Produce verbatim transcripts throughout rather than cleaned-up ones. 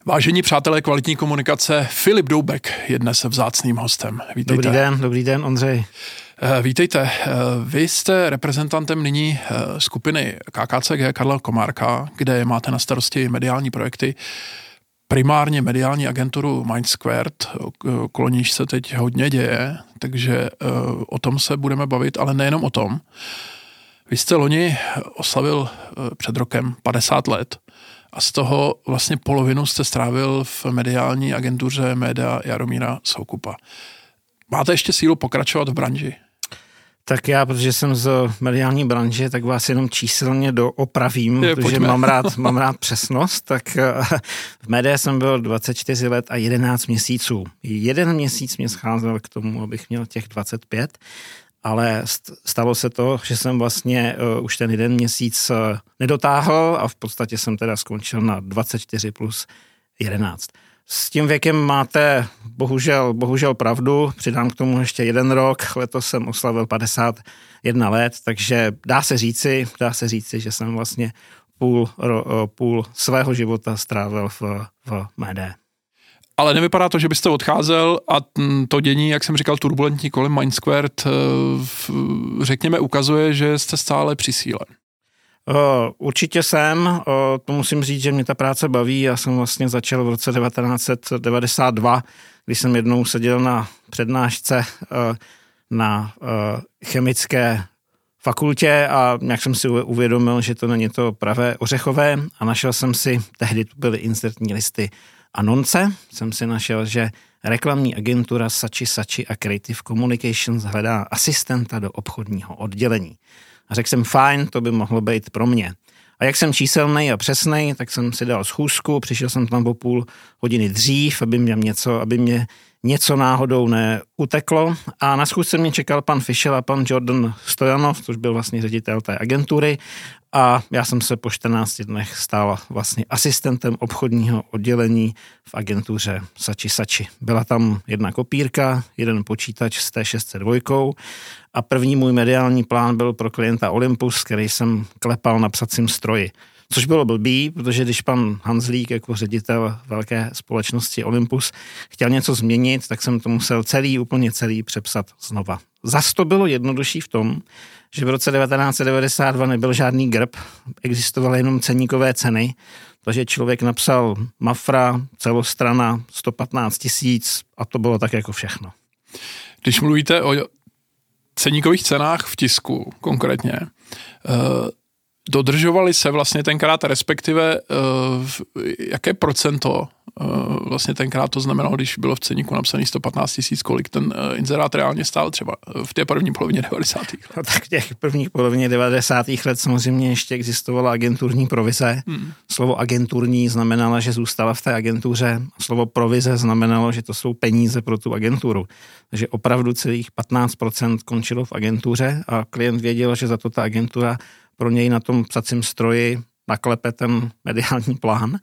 Vážení přátelé kvalitní komunikace, Filip Doubek je dnes vzácným hostem. Vítejte. Dobrý den, dobrý den, Ondřej. Vítejte. Vy jste reprezentantem nyní skupiny K K C G Karla Komárka, kde máte na starosti mediální projekty, primárně mediální agenturu MindSquared, okolo níž se teď hodně děje, takže o tom se budeme bavit, ale nejenom o tom. Vy jste loni oslavil před rokem padesát let a z toho vlastně polovinu jste strávil v mediální agentuře Média Jaromíra Soukupa. Máte ještě sílu pokračovat v branži? Tak já, protože jsem z mediální branže, tak vás jenom číselně doopravím, je, protože mám rád, mám rád přesnost. Tak v médiích jsem byl dvacet čtyři let a jedenáct měsíců. Jeden měsíc mě scházel k tomu, abych měl těch dvacet pět, ale stalo se to, že jsem vlastně uh, už ten jeden měsíc uh, nedotáhl a v podstatě jsem teda skončil na dvacet čtyři plus jedenáct. S tím věkem máte bohužel, bohužel pravdu, přidám k tomu ještě jeden rok, letos jsem oslavil padesát jedna let, takže dá se říci, dá se říci, že jsem vlastně půl, ro, půl svého života strávil v, v médiích. Ale nevypadá to, že byste odcházel a to dění, jak jsem říkal, turbulentní kolem MindSquared, řekněme, ukazuje, že jste stále při síle. Uh, určitě jsem, uh, to musím říct, že mě ta práce baví. Já jsem vlastně začal v roce devatenáct set devadesát dva, když jsem jednou seděl na přednášce uh, na uh, chemické fakultě a nějak jsem si uvědomil, že to není to pravé ořechové a našel jsem si, tehdy tu byly insertní listy anonce, jsem si našel, že reklamní agentura Sači Sači a Creative Communications hledá asistenta do obchodního oddělení. A řekl jsem, fajn, to by mohlo být pro mě. A jak jsem číselnej a přesnej, tak jsem si dal schůzku, přišel jsem tam po půl hodiny dřív, aby mě něco, aby mě něco náhodou neuteklo. A na schůzce mě čekal pan Fischel a pan Jordan Stojanov, což byl vlastně ředitel té agentury. A já jsem se po čtrnácti dnech stal vlastně asistentem obchodního oddělení v agentuře Sači Sači. Byla tam jedna kopírka, jeden počítač s T šest set dva a první můj mediální plán byl pro klienta Olympus, který jsem klepal na psacím stroji. Což bylo blbý, protože když pan Hanzlík jako ředitel velké společnosti Olympus chtěl něco změnit, tak jsem to musel celý, úplně celý přepsat znova. Zas to bylo jednodušší v tom, že v roce devatenáct set devadesát dva nebyl žádný grb, existovaly jenom ceníkové ceny, takže člověk napsal Mafra, celostrana, sto patnáct tisíc a to bylo tak jako všechno. Když mluvíte o ceníkových cenách v tisku konkrétně, uh... dodržovali se vlastně tenkrát, respektive uh, jaké procento uh, vlastně tenkrát to znamenalo, když bylo v ceníku napsaný sto patnáct tisíc, kolik ten uh, inzerát reálně stál třeba v té první polovině devadesátých let? No, tak v těch prvních polovině devadesátých let samozřejmě ještě existovala agenturní provize. Hmm. Slovo agenturní znamenalo, že zůstala v té agentuře. Slovo provize znamenalo, že to jsou peníze pro tu agenturu. Takže opravdu celých patnáct procent končilo v agentuře a klient věděl, že za to ta agentura pro něj na tom psacím stroji naklepe ten mediální plán.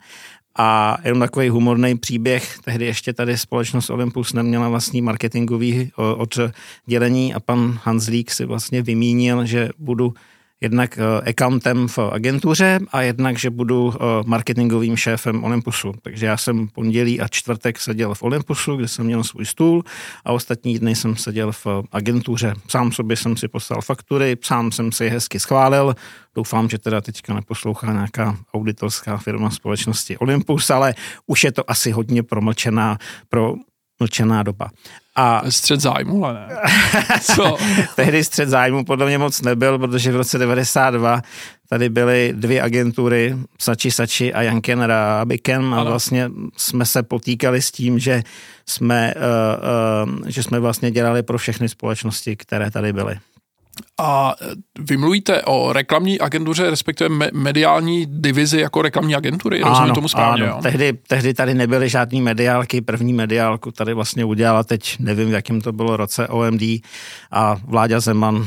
A jenom takový humorný příběh, tehdy ještě tady společnost Olympus neměla vlastní marketingový oddělení a pan Hanzlík si vlastně vymínil, že budu jednak accountem v agentuře a jednak, že budu marketingovým šéfem Olympusu. Takže já jsem pondělí a čtvrtek seděl v Olympusu, kde jsem měl svůj stůl a ostatní dny jsem seděl v agentuře. Sám sobě jsem si poslal faktury, sám jsem si je hezky schválil. Doufám, že teda teďka neposlouchá nějaká auditorská firma společnosti Olympus, ale už je to asi hodně promlčená, promlčená doba. A střed zájmu, ale ne. Co? Tehdy střed zájmu podle mě moc nebyl, protože v roce devadesát dva tady byly dvě agentury, Sači Sači a Janken Rábiken a vlastně jsme se potýkali s tím, že jsme, uh, uh, že jsme vlastně dělali pro všechny společnosti, které tady byly. A vy mluvíte o reklamní agentuře, respektive me- mediální divizi jako reklamní agentury, rozumím ano, tomu správně, ano. Jo? Tehdy, tehdy tady nebyly žádný mediálky, první mediálku tady vlastně udělala teď, nevím v jakém to bylo roce, O M D a Vláďa Zeman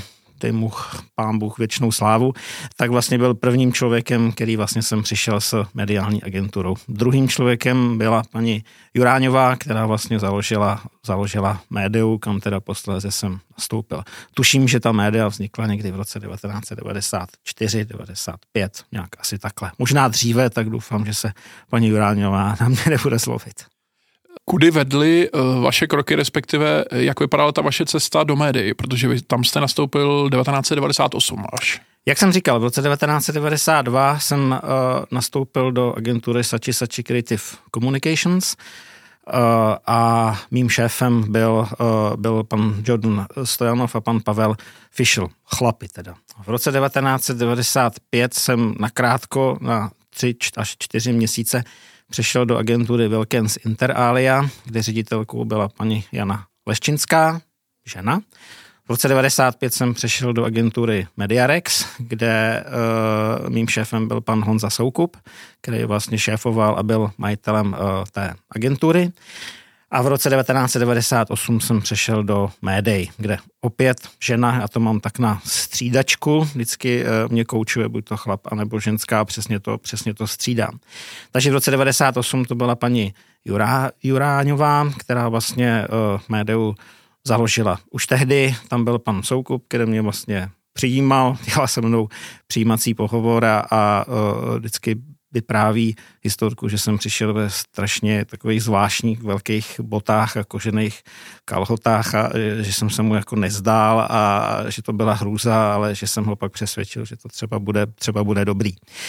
dej mu pán Bůh věčnou slávu, tak vlastně byl prvním člověkem, který vlastně jsem přišel s mediální agenturou. Druhým člověkem byla paní Juráňová, která vlastně založila, založila médiu, kam teda posléze jsem nastoupil. Tuším, že ta média vznikla někdy v roce devatenáct set devadesát čtyři devadesát pět, nějak asi takhle. Možná dříve, tak doufám, že se paní Juráňová na mě nebude zlovit. Kudy vedly vaše kroky, respektive jak vypadala ta vaše cesta do médií, protože vy tam jste nastoupil devatenáct set devadesát osm až. Jak jsem říkal, v roce devatenáct set devadesát dva jsem uh, nastoupil do agentury Sači Sači Creative Communications uh, a mým šéfem byl, uh, byl pan Jordan Stojanov a pan Pavel Fischl, chlapi teda. V roce devatenáct set devadesát pět jsem nakrátko na tři až čtyři měsíce přešel do agentury Wilkens Inter alia, kde ředitelkou byla paní Jana Leščinská, žena. V roce devadesát pět jsem přešel do agentury Mediarex, kde uh, mým šéfem byl pan Honza Soukup, který vlastně šéfoval a byl majitelem uh, té agentury. A v roce devatenáct set devadesát osm jsem přešel do médií, kde opět žena, já to mám tak na střídačku, vždycky mě koučuje buď to chlap, anebo ženská, přesně to, přesně to střídám. Takže v roce devadesát osm to byla paní Jurá, Juráňová, která vlastně uh, médiu založila. Už tehdy tam byl pan Soukup, který mě vlastně přijímal, dělal se mnou přijímací pohovor a, a uh, vždycky vypráví historku, že jsem přišel ve strašně takových zvláštních velkých botách a kožených kalhotách a že jsem se mu jako nezdál a že to byla hrůza, ale že jsem ho pak přesvědčil, že to třeba bude, třeba bude dobrý.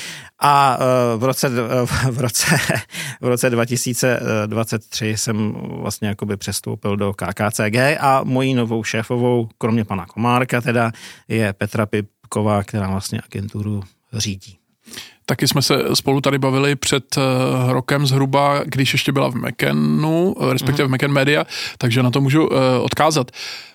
A v roce, v roce, v roce dva tisíce dvacet tři jsem vlastně jakoby přestoupil do K K C G a mojí novou šéfovou, kromě pana Komárka teda, je Petra Pipková, která vlastně agenturu řídí. Taky jsme se spolu tady bavili před rokem zhruba, když ještě byla v McCannu, respektive v McCann Media, takže na to můžu odkázat.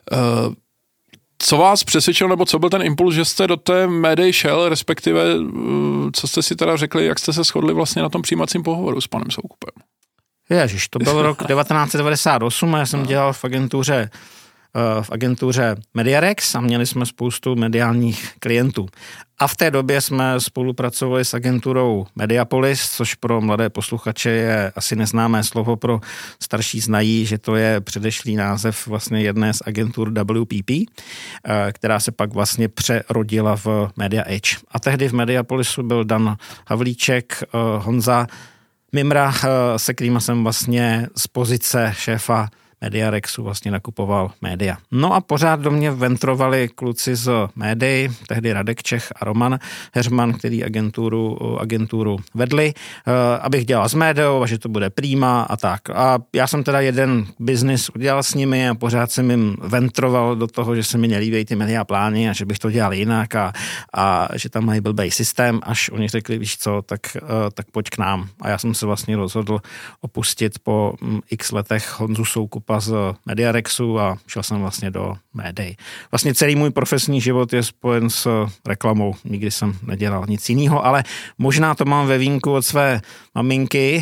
Co vás přesvědčilo, nebo co byl ten impuls, že jste do té médii šel, respektive co jste si teda řekli, jak jste se shodli vlastně na tom přijímacím pohovoru s panem Soukupem? Ježiš, to byl rok devatenáct set devadesát osm a já jsem dělal v agentuře v agentuře Mediarex a měli jsme spoustu mediálních klientů. A v té době jsme spolupracovali s agenturou Mediapolis, což pro mladé posluchače je asi neznámé slovo, pro starší znají, že to je předešlý název vlastně jedné z agentur W P P, která se pak vlastně přerodila v Media Edge. A tehdy v Mediapolisu byl Dan Havlíček, Honza Mimra, se kterýma jsem vlastně z pozice šéfa Mediarexu vlastně nakupoval média. No a pořád do mě ventrovali kluci z médií, tehdy Radek Čech a Roman Heřman, který agenturu, agenturu vedli, abych dělal s médiou a že to bude prima a tak. A já jsem teda jeden biznis udělal s nimi a pořád jsem jim ventroval do toho, že se mi nelíbí ty media plány a že bych to dělal jinak a, a že tam mají blbej systém, až oni řekli, víš co, tak, tak pojď k nám. A já jsem se vlastně rozhodl opustit po x letech Honzu Soukupa z Mediarexu a šel jsem vlastně do médií. Vlastně celý můj profesní život je spojen s reklamou. Nikdy jsem nedělal nic jiného, ale možná to mám ve vínku od své maminky,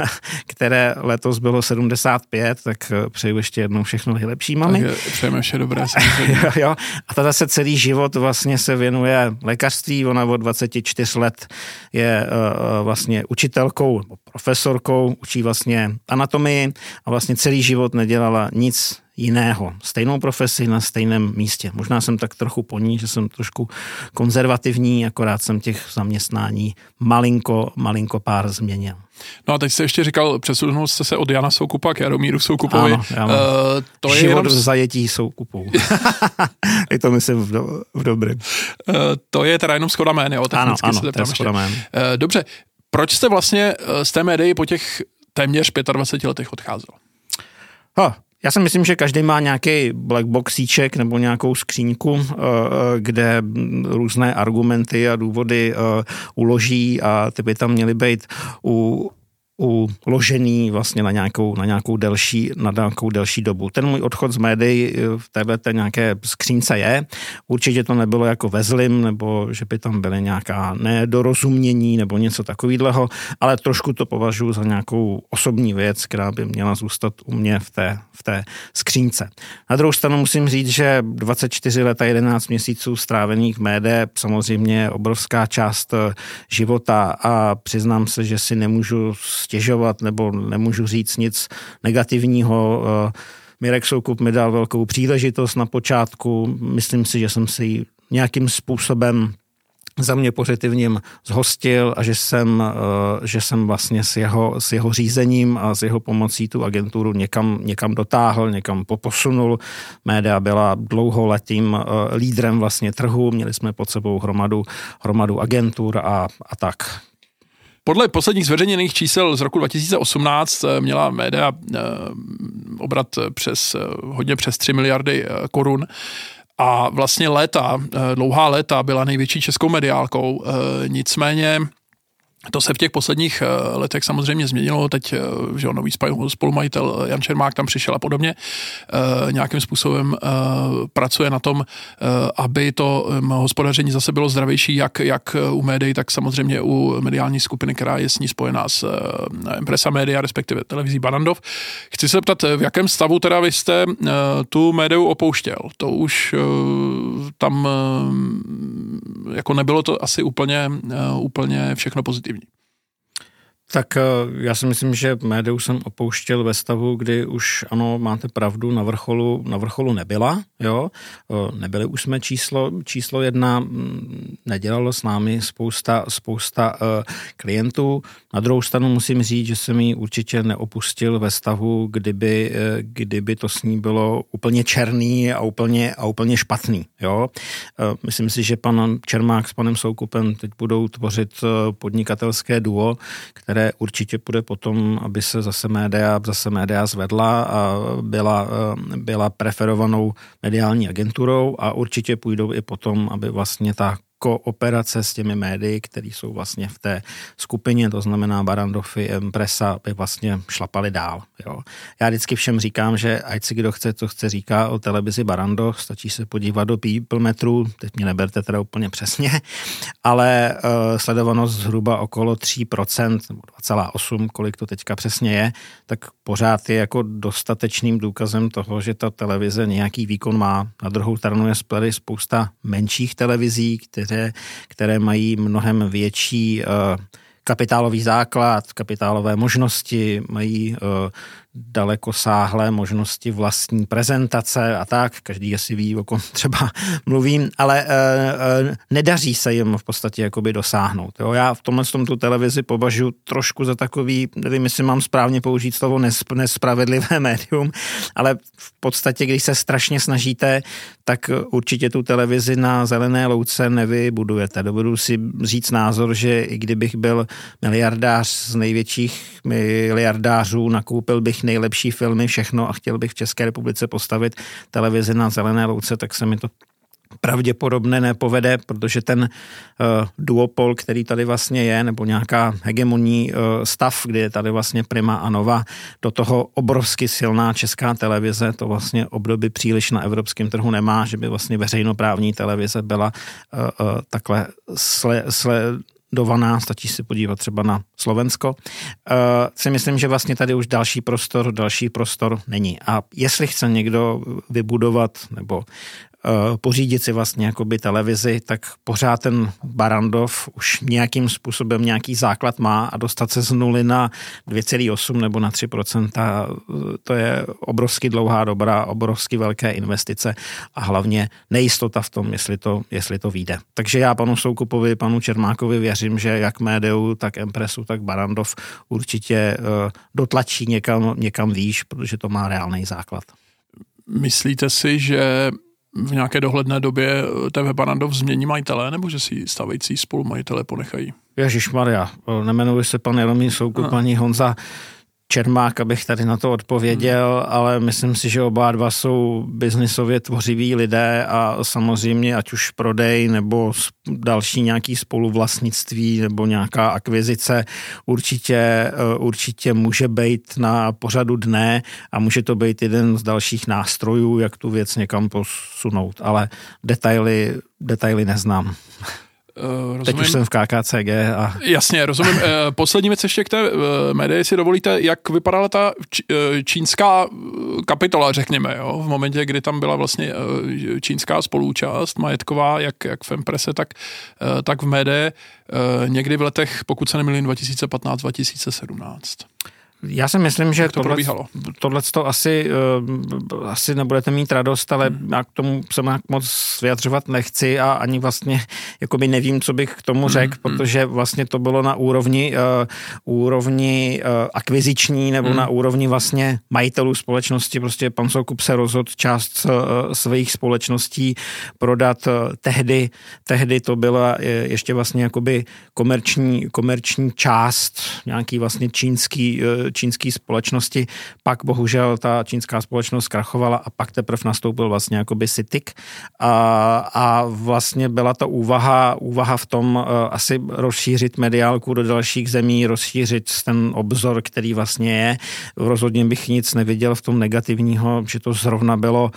které letos bylo sedmdesát pět, tak přeju ještě jednou všechno nejlepší, mami. Tak přejeme vše dobré. jo, jo. A ta zase celý život vlastně se věnuje lékařství. Ona od dvacet čtyři let je vlastně učitelkou, profesorkou, učí vlastně anatomii a vlastně celý život nedělala nic jiného. Stejnou profesi na stejném místě. Možná jsem tak trochu po ní, že jsem trošku konzervativní, akorát jsem těch zaměstnání malinko, malinko pár změnil. No a teď jste ještě říkal, přesunul jste se od Jana Soukupa k Jaromíru Soukupovi. Ano, já mám uh, to život je jenom... v zajetí Soukupou. Je to myslím v, do, v dobrém. Uh, to je teda jenom shoda jmén, jo? Technicky ano, ano, to je shoda jmén. Uh, dobře, proč jste vlastně z té médii po těch téměř dvaceti pěti letech odcházel? Ha. Já si myslím, že každý má nějaký black boxíček nebo nějakou skříňku, kde různé argumenty a důvody uloží a ty by tam měly být u uložený vlastně na nějakou, na nějakou delší, na nějakou delší dobu. Ten můj odchod z médií v této nějaké skřínce je. Určitě to nebylo jako ve zlým, nebo že by tam byly nějaká nedorozumění nebo něco takového, ale trošku to považuji za nějakou osobní věc, která by měla zůstat u mě v té, v té skřínce. Na druhou stranu musím říct, že dvacet čtyři let a jedenáct měsíců strávených v médii samozřejmě je obrovská část života a přiznám se, že si nemůžu stěžovat nebo nemůžu říct nic negativního. Mirek Soukup mi dal velkou příležitost na počátku. Myslím si, že jsem si ji nějakým způsobem za mě pozitivním zhostil a že jsem, že jsem vlastně s jeho, s jeho řízením a s jeho pomocí tu agenturu někam, někam dotáhl, někam poposunul. Média byla dlouholetým lídrem vlastně trhu, měli jsme pod sebou hromadu, hromadu agentur a, a tak. Podle posledních zveřejněných čísel z roku dva tisíce osmnáct měla média obrat přes, hodně přes tři miliardy korun. A vlastně léta, dlouhá léta byla největší českou mediálkou, nicméně to se v těch posledních letech samozřejmě změnilo, teď že nový spolumajitel Jan Čermák tam přišel a podobně, nějakým způsobem pracuje na tom, aby to hospodaření zase bylo zdravější, jak, jak u médií, tak samozřejmě u mediální skupiny, která je s ní spojená s Empresa Media, respektive televizí Barrandov. Chci se ptat, v jakém stavu teda vy jste tu médiu opouštěl? To už tam jako nebylo to asi úplně, úplně všechno pozitivní. Tak já si myslím, že médiu jsem opouštěl ve stavu, kdy už ano, máte pravdu, na vrcholu, na vrcholu nebyla, jo, nebyli už jsme číslo, číslo jedna, nedělalo s námi spousta, spousta uh, klientů. Na druhou stranu musím říct, že jsem ji určitě neopustil ve stavu, kdyby, kdyby to s ní bylo úplně černý a úplně, a úplně špatný, jo. Uh, myslím si, že pan Čermák s panem Soukupem teď budou tvořit podnikatelské duo, které určitě půjde potom, aby se zase média, zase média zvedla a byla, byla preferovanou mediální agenturou a určitě půjdou i potom, aby vlastně ta kooperace s těmi médii, které jsou vlastně v té skupině, to znamená Barrandovy, Empresa, aby vlastně šlapali dál. Jo. Já vždycky všem říkám, že ať si kdo chce, co chce říká o televizi Barrandov, stačí se podívat do people metru, teď mě neberte teda úplně přesně, ale uh, sledovanost zhruba okolo tři procenta nebo dva celá osm, kolik to teďka přesně je, tak pořád je jako dostatečným důkazem toho, že ta televize nějaký výkon má. Na druhou stranu je spousta menších televizí, které Které, které mají mnohem větší uh, kapitálový základ, kapitálové možnosti, mají uh, dalekosáhlé možnosti vlastní prezentace a tak, každý asi ví, o kom třeba mluvím, ale uh, uh, nedaří se jim v podstatě jakoby dosáhnout. Jo? Já v tomhle tom tu televizi považuji trošku za takový, nevím, jestli mám správně použít slovo nesp- nespravedlivé médium, ale v podstatě, když se strašně snažíte, tak určitě tu televizi na zelené louce nevybudujete. Dovedu si říct názor, že i kdybych byl miliardář z největších miliardářů, nakoupil bych nejlepší filmy, všechno a chtěl bych v České republice postavit televizi na zelené louce, tak se mi to pravděpodobně nepovede, protože ten uh, duopol, který tady vlastně je, nebo nějaká hegemonní uh, stav, kdy je tady vlastně Prima a Nova, do toho obrovsky silná česká televize, to vlastně období příliš na evropském trhu nemá, že by vlastně veřejnoprávní televize byla uh, uh, takhle sle, sle dovaná, stačí si podívat třeba na Slovensko. Uh, si myslím, že vlastně tady už další prostor, další prostor není. A jestli chce někdo vybudovat nebo uh, pořídit si vlastně jakoby televizi, tak pořád ten Barrandov už nějakým způsobem nějaký základ má a dostat se z nuly na dvě celá osm nebo na tři procenta, to je obrovsky dlouhá doba, obrovsky velké investice a hlavně nejistota v tom, jestli to, jestli to vyjde. Takže já panu Soukupovi, panu Čermákovi věřím, že jak médiu, tak Empresu, tak Barrandov určitě uh, dotlačí někam, někam výš, protože to má reálný základ. Myslíte si, že v nějaké dohledné době T V Barrandov změní majitele, nebo že si stávající spolumajitele ponechají? Ježišmarja, nemenuji se pan Jaromír Soukup, paní Honza Čermák, abych tady na to odpověděl, hmm. ale myslím si, že oba dva jsou biznisově tvořiví lidé a samozřejmě ať už prodej nebo další nějaký spoluvlastnictví nebo nějaká akvizice určitě, určitě může být na pořadu dne a může to být jeden z dalších nástrojů, jak tu věc někam posunout, ale detaily, detaily neznám. Rozumím. Teď už jsem v K K C G a... Jasně, rozumím. Poslední věc ještě k té médii, si dovolíte, jak vypadala ta čínská kapitola, řekněme, jo? V momentě, kdy tam byla vlastně čínská spoluúčast majetková, jak, jak v Emprese, tak, tak v médii, někdy v letech, pokud se nemýlím, dva tisíce patnáct dva tisíce sedmnáct. Já si myslím, že to tohle to asi, uh, asi nebudete mít radost, ale hmm. já k tomu se moc vyjadřovat nechci a ani vlastně jakoby nevím, co bych k tomu řekl, hmm. protože vlastně to bylo na úrovni, uh, úrovni uh, akviziční nebo hmm. na úrovni vlastně majitelů společnosti. Prostě pan Soukup se rozhodl část uh, svých společností prodat. Uh, tehdy, tehdy to byla ještě vlastně jakoby komerční, komerční část, nějaký vlastně čínský uh, čínské společnosti, pak bohužel ta čínská společnost zkrachovala a pak teprve nastoupil vlastně jakoby Citic a, a vlastně byla to úvaha, úvaha v tom uh, asi rozšířit mediálku do dalších zemí, rozšířit ten obzor, který vlastně je. Rozhodně bych nic neviděl v tom negativního, že to zrovna bylo,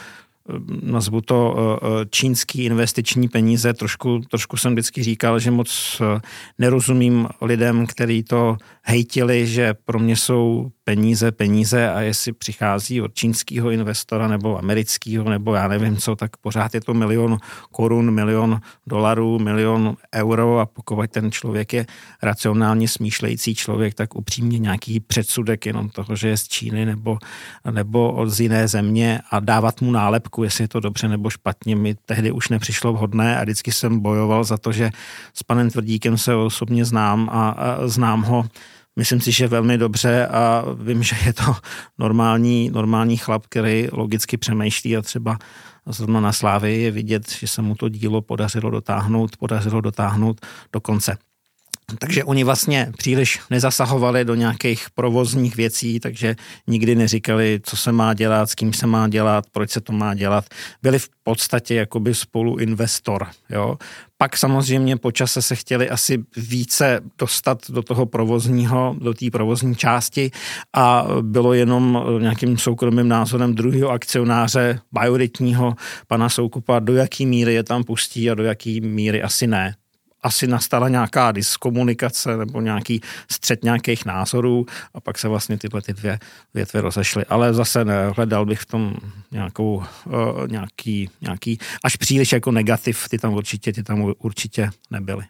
nazvu to čínský investiční peníze. Trošku, trošku jsem vždycky říkal, že moc nerozumím lidem, kteří to hejtili, že pro mě jsou peníze, peníze a jestli přichází od čínského investora nebo amerického, nebo já nevím co, tak pořád je to milion korun, milion dolarů, milion euro a pokud ten člověk je racionálně smýšlející člověk, tak upřímně nějaký předsudek jenom toho, že je z Číny nebo, nebo od z jiné země a dávat mu nálepku, jestli je to dobře nebo špatně, mi tehdy už nepřišlo vhodné a vždycky jsem bojoval za to, že s panem Tvrdíkem se osobně znám a, a znám ho. Myslím si, že velmi dobře a vím, že je to normální, normální chlap, který logicky přemýšlí a třeba zrovna na Slávii je vidět, že se mu to dílo podařilo dotáhnout, podařilo dotáhnout do konce. Takže oni vlastně příliš nezasahovali do nějakých provozních věcí, takže nikdy neříkali, co se má dělat, s kým se má dělat, proč se to má dělat. Byli v podstatě jakoby spoluinvestor, jo. Pak samozřejmě po čase se chtěli asi více dostat do toho provozního, do té provozní části a bylo jenom nějakým soukromým názorem druhého akcionáře, majoritního pana Soukupa, do jaký míry je tam pustí a do jaký míry asi ne. Asi nastala nějaká diskomunikace nebo nějaký střet nějakých názorů a pak se vlastně tyhle ty dvě větve rozešly. Ale zase nehledal bych v tom nějakou, uh, nějaký, nějaký až příliš jako negativ, ty tam určitě, ty tam určitě nebyly.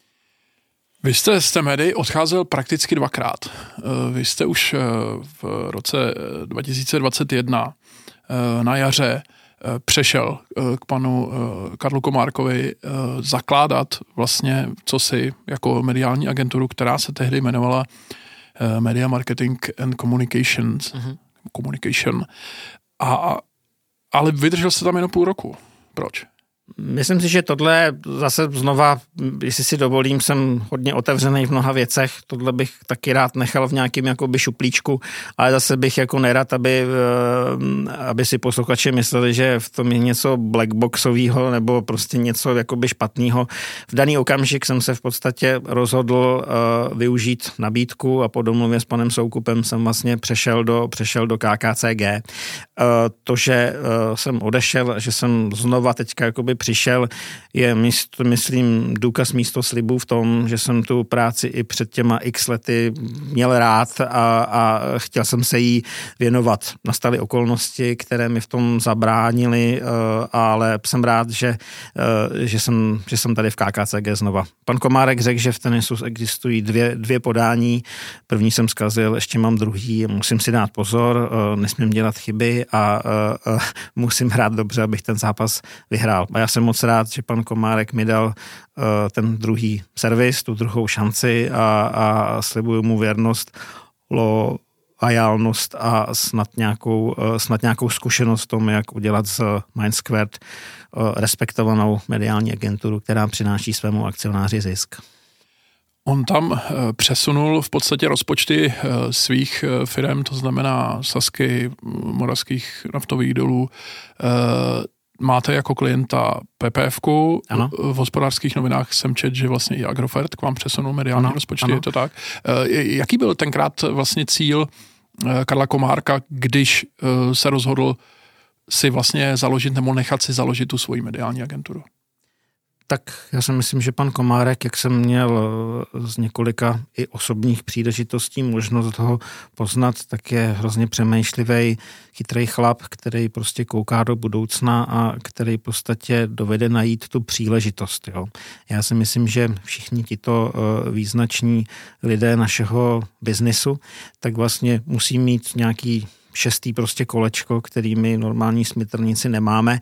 Vy jste z té médii odcházel prakticky dvakrát. Vy jste už v roce dva tisíce dvacet jedna na jaře přešel k panu Karlu Komárkovi zakládat vlastně cosi jako mediální agenturu, která se tehdy jmenovala Media Marketing and Communications. Uh-huh. Communication. A, ale vydržel jste tam jenom půl roku. Proč? Myslím si, že tohle zase znova, jestli si dovolím, jsem hodně otevřený v mnoha věcech, tohle bych taky rád nechal v nějakým jakoby šuplíčku, ale zase bych jako nerad, aby, aby si posluchači mysleli, že v tom je něco blackboxového nebo prostě něco jakoby špatného. V daný okamžik jsem se v podstatě rozhodl uh, využít nabídku a po domluvě s panem Soukupem jsem vlastně přešel do, přešel do K K C G. Uh, to, že uh, jsem odešel, že jsem znova teďka jakoby přišel, je, místo, myslím, důkaz místo slibů v tom, že jsem tu práci i před těma x lety měl rád a, a chtěl jsem se jí věnovat. Nastaly okolnosti, které mi v tom zabránily, ale jsem rád, že, že, jsem, že jsem tady v K K C G znova. Pan Komárek řekl, že v tenisu existují dvě, dvě podání. První jsem zkazil, ještě mám druhý, musím si dát pozor, nesmím dělat chyby a, a, a musím hrát dobře, abych ten zápas vyhrál. A já jsem moc rád, že pan Komárek mi dal uh, ten druhý servis, tu druhou šanci a, a slibuju mu věrnost, loajálnost a snad nějakou, uh, snad nějakou zkušenost v tom, jak udělat z Mindsquared uh, respektovanou mediální agenturu, která přináší svému akcionáři zisk. On tam přesunul v podstatě rozpočty svých firem, to znamená Sazky, Moravských naftových dolů. Máte jako klienta P P Fku, ano. V Hospodářských novinách jsem čet, že vlastně i Agrofert k vám přesunul mediální ano, rozpočty, ano. Je to tak. Jaký byl tenkrát vlastně cíl Karla Komárka, když se rozhodl si vlastně založit nebo nechat si založit tu svoji mediální agenturu? Tak já si myslím, že pan Komárek, jak jsem měl z několika i osobních příležitostí možnost ho poznat, tak je hrozně přemýšlivý, chytrý chlap, který prostě kouká do budoucna a který v podstatě dovede najít tu příležitost. Jo. Já si myslím, že všichni tito význační lidé našeho biznisu, tak vlastně musí mít nějaký šestý prostě kolečko, který my normální smytrníci nemáme,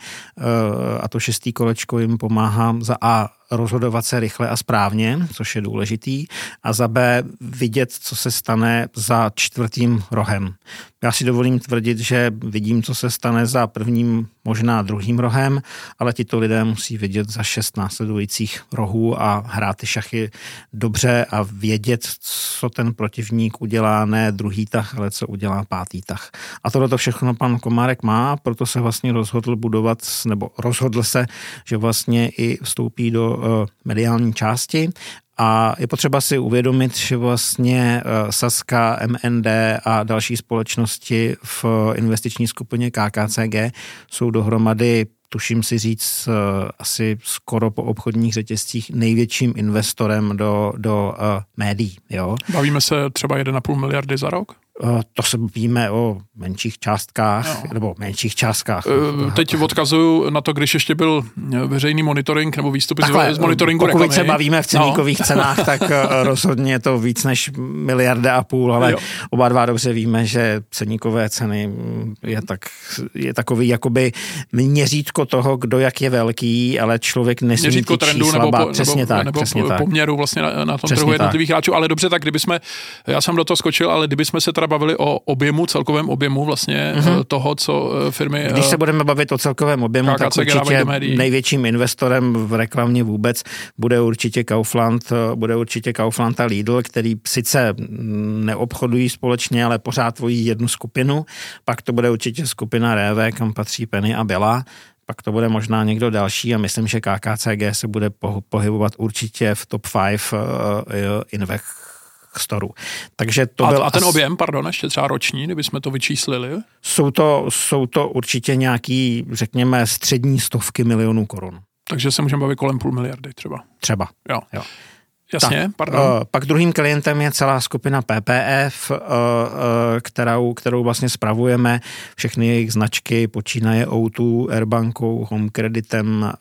a to šestý kolečko jim pomáhá za A rozhodovat se rychle a správně, což je důležitý, a za B vidět, co se stane za čtvrtým rohem. Já si dovolím tvrdit, že vidím, co se stane za prvním, možná druhým rohem, ale tito lidé musí vidět za šest následujících rohů a hrát ty šachy dobře a vědět, co ten protivník udělá, ne druhý tah, ale co udělá pátý tah. A tohle to všechno pan Komárek má, proto se vlastně rozhodl budovat, nebo rozhodl se, že vlastně i vstoupí do mediální části. A je potřeba si uvědomit, že vlastně Sazka, M N D a další společnosti v investiční skupině K K C G jsou dohromady, tuším si říct, asi skoro po obchodních řetězcích největším investorem do, do uh, médií. Jo? Bavíme se třeba jedna celá pět miliardy za rok? To se bavíme o menších částkách, no. nebo menších částkách. Teď odkazuju na to, když ještě byl veřejný monitoring nebo výstupy Takhle, z monitoringu pokud reklamy. se bavíme v ceníkových no. cenách, tak rozhodně je to víc než miliarda a půl, ale jo. Oba dva dobře víme, že ceníkové ceny je, tak, je takový jakoby měřítko toho, kdo jak je velký, ale člověk nesmí měřítko ty trendu čísla nebo, bát. Přesně nebo, tak, nebo přesně poměru tak. vlastně na, na tom přesně trhu jednotlivých tak. hráčů, ale dobře, tak kdyby jsme, já jsem do toho skočil, ale kdyby jsme se teda bavili o objemu, celkovém objemu vlastně mm-hmm. toho, co firmy... Když se budeme bavit o celkovém objemu, tak určitě největším investorem v reklamě vůbec bude určitě Kaufland, bude určitě Kaufland a Lidl, který sice neobchodují společně, ale pořád tvoří jednu skupinu. Pak to bude určitě skupina R V, kam patří Penny a Bella. Pak to bude možná někdo další a myslím, že K K C G se bude pohybovat určitě v top pět uh, invech storu. Takže to a, byl a ten as... objem, pardon, ještě třeba roční, kdybychom to vyčíslili? Jsou to, jsou to určitě nějaký, řekněme, střední stovky milionů korun. Takže se můžeme bavit kolem půl miliardy třeba. Třeba, jo. jo. Jasně, tak, pardon. Uh, pak druhým klientem je celá skupina P P F, uh, uh, kterou, kterou vlastně spravujeme. Všechny jejich značky počínaje O dva, Airbankou, Home Creditem, uh,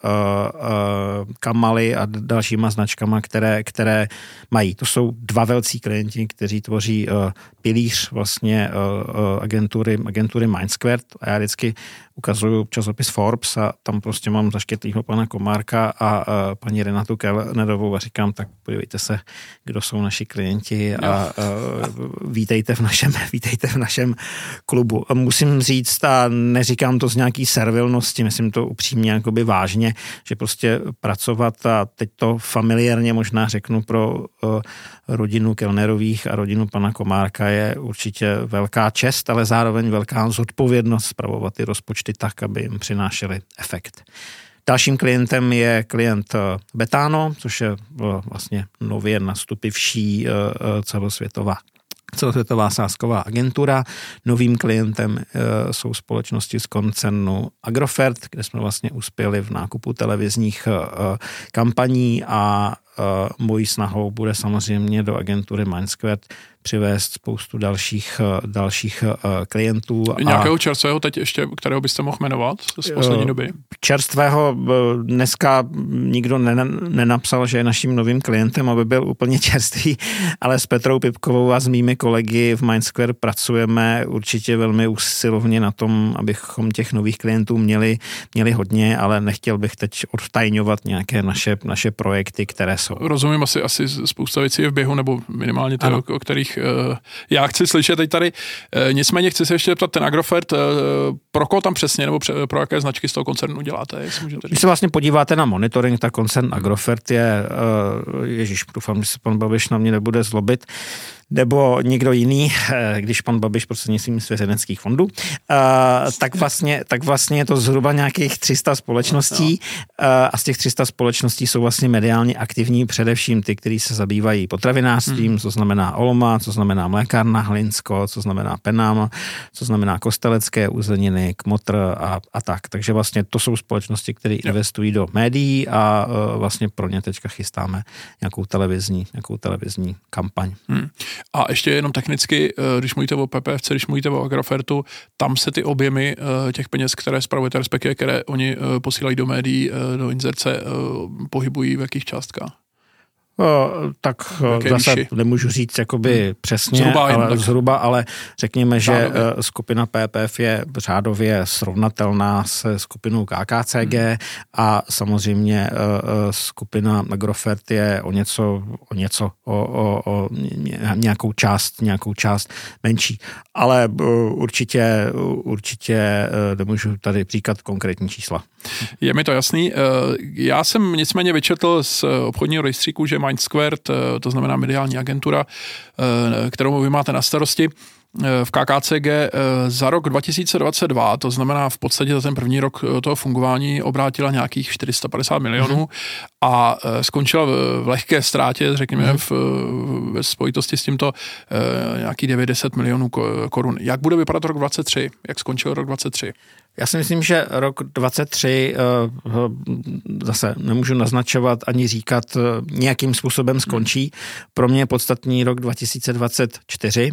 uh, Kamaly a dalšíma značkama, které, které mají. To jsou dva velcí klienti, kteří tvoří uh, pilíř vlastně uh, uh, agentury, agentury Mindsquared. A já vždycky ukazuju časopis Forbes a tam prostě mám zaštětlýho pana Komárka a uh, paní Renatu Kellnerovou a říkám, tak podívejte se, kdo jsou naši klienti a uh, vítejte v našem, vítejte v našem klubu. A musím říct, a neříkám to z nějaký servilnosti, myslím to upřímně jakoby vážně, že prostě pracovat, a teď to familiárně možná řeknu pro uh, rodinu Kellnerových a rodinu pana Komárka je určitě velká čest, ale zároveň velká zodpovědnost spravovat ty rozpočty tak, aby jim přinášely efekt. Dalším klientem je klient Betano, což je vlastně nově nastupivší celosvětová celosvětová sázková agentura. Novým klientem e, jsou společnosti z koncernu Agrofert, kde jsme vlastně uspěli v nákupu televizních e, kampaní a e, mojí snahou bude samozřejmě do agentury Mindsquared přivést spoustu dalších, dalších klientů. Nějakého čerstvého teď ještě, kterého byste mohl jmenovat z poslední doby? Čerstvého dneska nikdo nenapsal, že je naším novým klientem, aby byl úplně čerstvý, ale s Petrou Pipkovou a s mými kolegy v Mindsquare pracujeme určitě velmi usilovně na tom, abychom těch nových klientů měli, měli hodně, ale nechtěl bych teď odtajňovat nějaké naše, naše projekty, které jsou. Rozumím, asi, asi spousta věcí je v běhu, nebo minimálně ty, o, o kterých já chci slyšet teď tady. Nicméně chci se ještě ptat, ten Agrofert, pro koho tam přesně, nebo pro jaké značky z toho koncernu děláte? Jestli můžete říct. Když se vlastně podíváte na monitoring, tak koncern Agrofert je, ježíš, doufám, že se pan Babiš na mě nebude zlobit, nebo někdo jiný, když pan Babiš prostřednictvím svěřeneckých fondů, tak vlastně, tak vlastně je to zhruba nějakých tři sta společností a z těch tři sta společností jsou vlastně mediálně aktivní především ty, kteří se zabývají potravinářstvím, hmm. co znamená Oloma, co znamená mlékárna Hlinsko, co znamená Penám, co znamená Kostelecké uzeniny, Kmotr a, a tak. Takže vlastně to jsou společnosti, které investují do médií a vlastně pro ně teďka chystáme nějakou televizní, nějakou televizní kampaň. Hmm. A ještě jenom technicky, když mluvíte o P P F C, když mluvíte o Agrofertu, tam se ty objemy těch peněz, které spravujete, respektive které oni posílají do médií, do inzerce, pohybují v jakých částkách? O, tak Jaké zase výši? Nemůžu říct jakoby hmm. přesně, zhruba, ale, tak. zhruba, ale řekněme, že řádově. Skupina P P F je řádově srovnatelná se skupinou K K C G hmm. a samozřejmě skupina Agrofert je o něco, o něco, o, o, o nějakou část, nějakou část menší. Ale určitě, určitě nemůžu tady říkat konkrétní čísla. Je mi to jasný. Já jsem nicméně vyčetl z obchodního rejstříku, že Mindsquared, to znamená mediální agentura, kterou vy máte na starosti v K K C G, za rok dva tisíce dvacet dva, to znamená v podstatě za ten první rok toho fungování, obrátila nějakých čtyři sta padesát milionů mm. a skončila v lehké ztrátě, řekněme, mm. v, ve spojitosti s tímto nějaký devět deset milionů korun. Jak bude vypadat rok dvacet tři? Jak skončil rok dvacet tři? Já si myslím, že rok dvacet tři zase nemůžu naznačovat ani říkat, nějakým způsobem skončí. Pro mě je podstatný rok dva tisíce dvacet čtyři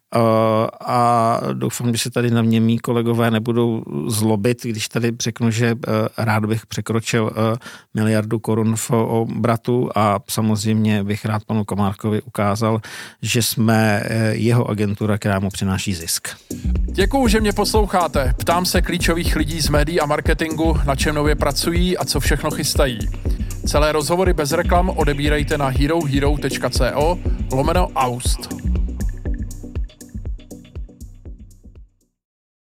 a doufám, že se tady na mě mý kolegové nebudou zlobit, když tady řeknu, že rád bych překročil miliardu korun v obratu a samozřejmě bych rád panu Komárkovi ukázal, že jsme jeho agentura, která mu přináší zisk. Děkuju, že mě posloucháte. Ptám se klíčových lidí z médií a marketingu, na čem nově pracují a co všechno chystají. Celé rozhovory bez reklam odebírejte na herohero tečka co lomeno Aust.